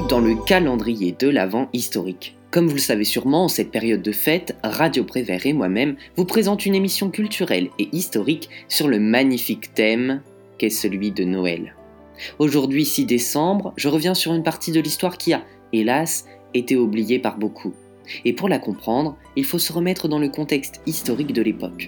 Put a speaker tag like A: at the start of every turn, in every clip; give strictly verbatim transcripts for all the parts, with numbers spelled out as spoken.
A: bienvenue dans le calendrier de l'Avent historique. Comme vous le savez sûrement, en cette période de fête, Radio Prévert et moi-même vous présente une émission culturelle et historique sur le magnifique thème qu'est celui de Noël. Aujourd'hui, six décembre, je reviens sur une partie de l'histoire qui a, hélas, été oubliée par beaucoup. Et pour la comprendre, il faut se remettre dans le contexte historique de l'époque.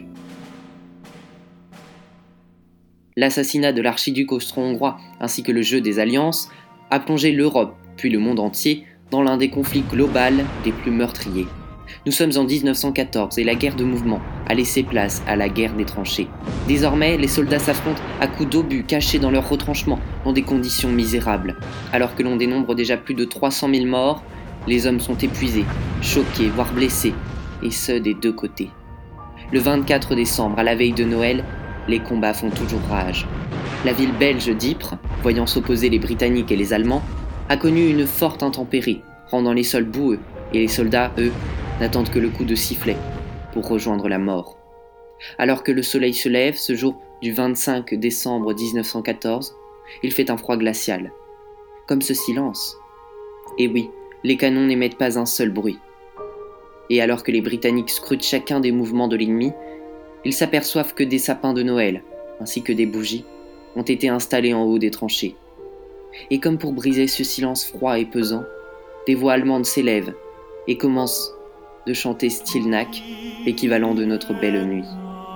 A: L'assassinat de l'archiduc austro-hongrois ainsi que le jeu des alliances a plongé l'Europe, puis le monde entier, dans l'un des conflits globaux des plus meurtriers. Nous sommes en dix-neuf cent quatorze et la guerre de mouvement a laissé place à la guerre des tranchées. Désormais, les soldats s'affrontent à coups d'obus cachés dans leurs retranchements dans des conditions misérables. Alors que l'on dénombre déjà plus de trois cent mille morts, les hommes sont épuisés, choqués, voire blessés, et ce des deux côtés. Le vingt-quatre décembre, à la veille de Noël, les combats font toujours rage. La ville belge d'Ypres, voyant s'opposer les Britanniques et les Allemands, a connu une forte intempérie, rendant les sols boueux, et les soldats, eux, n'attendent que le coup de sifflet pour rejoindre la mort. Alors que le soleil se lève, ce jour du vingt-cinq décembre dix-neuf cent quatorze, il fait un froid glacial. Comme ce silence. Et oui, les canons n'émettent pas un seul bruit. Et alors que les Britanniques scrutent chacun des mouvements de l'ennemi, ils s'aperçoivent que des sapins de Noël, ainsi que des bougies, ont été installés en haut des tranchées. Et comme pour briser ce silence froid et pesant, des voix allemandes s'élèvent et commencent de chanter Stille Nacht, l'équivalent de Notre belle nuit.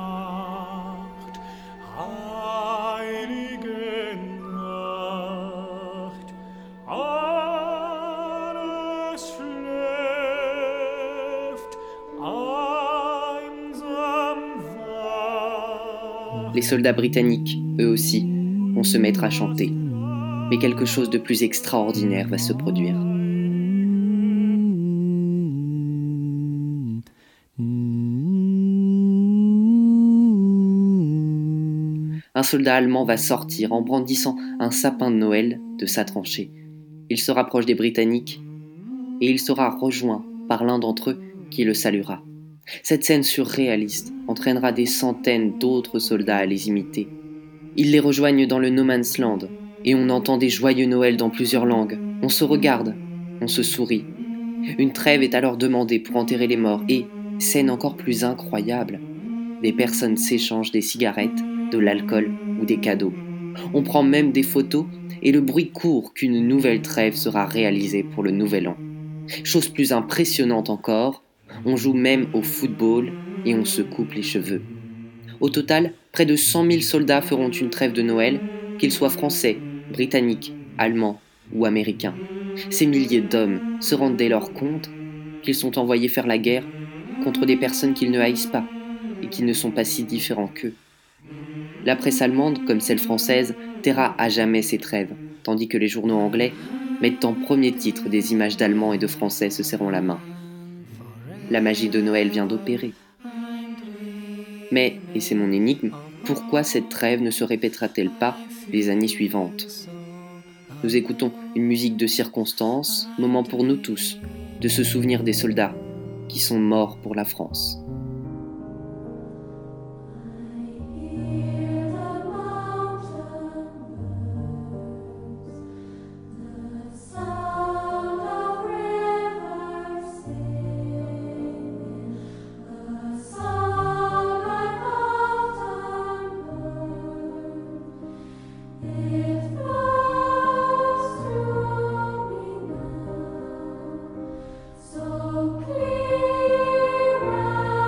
A: Les soldats britanniques, eux aussi, vont se mettre à chanter. Mais quelque chose de plus extraordinaire va se produire. Un soldat allemand va sortir en brandissant un sapin de Noël de sa tranchée. Il se rapproche des Britanniques et il sera rejoint par l'un d'entre eux qui le saluera. Cette scène surréaliste entraînera des centaines d'autres soldats à les imiter. Ils les rejoignent dans le No Man's Land et on entend des joyeux Noël dans plusieurs langues. On se regarde, on se sourit. Une trêve est alors demandée pour enterrer les morts et, scène encore plus incroyable, des personnes s'échangent des cigarettes, de l'alcool ou des cadeaux. On prend même des photos et le bruit court qu'une nouvelle trêve sera réalisée pour le nouvel an. Chose plus impressionnante encore, on joue même au football et on se coupe les cheveux. Au total, près de cent mille soldats feront une trêve de Noël, qu'ils soient français, britanniques, allemands ou américains. Ces milliers d'hommes se rendent dès lors compte qu'ils sont envoyés faire la guerre contre des personnes qu'ils ne haïssent pas et qui ne sont pas si différents qu'eux. La presse allemande, comme celle française, taira à jamais ces trêves, tandis que les journaux anglais mettent en premier titre des images d'Allemands et de Français se serrant la main. La magie de Noël vient d'opérer. Mais, et c'est mon énigme, pourquoi cette trêve ne se répétera-t-elle pas les années suivantes ? Nous écoutons une musique de circonstance, moment pour nous tous de se souvenir des soldats qui sont morts pour la France.
B: So clear.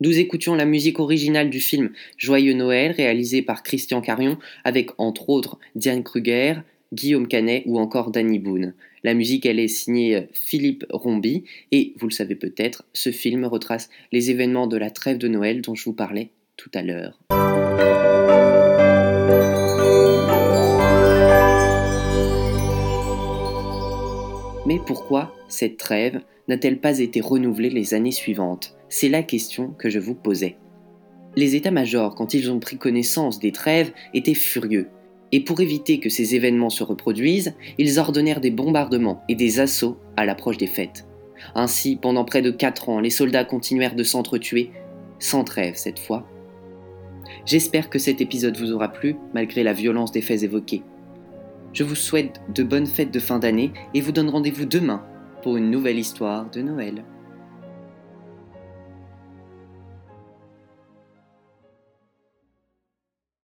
A: Nous écoutions la musique originale du film Joyeux Noël, réalisé par Christian Carion, avec entre autres Diane Kruger, Guillaume Canet ou encore Danny Boone. La musique, elle est signée Philippe Rombi, et vous le savez peut-être, ce film retrace les événements de la trêve de Noël dont je vous parlais tout à l'heure. Mais pourquoi cette trêve n'a-t-elle pas été renouvelée les années suivantes ? C'est la question que je vous posais. Les états-majors, quand ils ont pris connaissance des trêves, étaient furieux. Et pour éviter que ces événements se reproduisent, ils ordonnèrent des bombardements et des assauts à l'approche des fêtes. Ainsi, pendant près de quatre ans, les soldats continuèrent de s'entretuer, sans trêve cette fois. J'espère que cet épisode vous aura plu, malgré la violence des faits évoqués. Je vous souhaite de bonnes fêtes de fin d'année et vous donne rendez-vous demain pour une nouvelle histoire de Noël.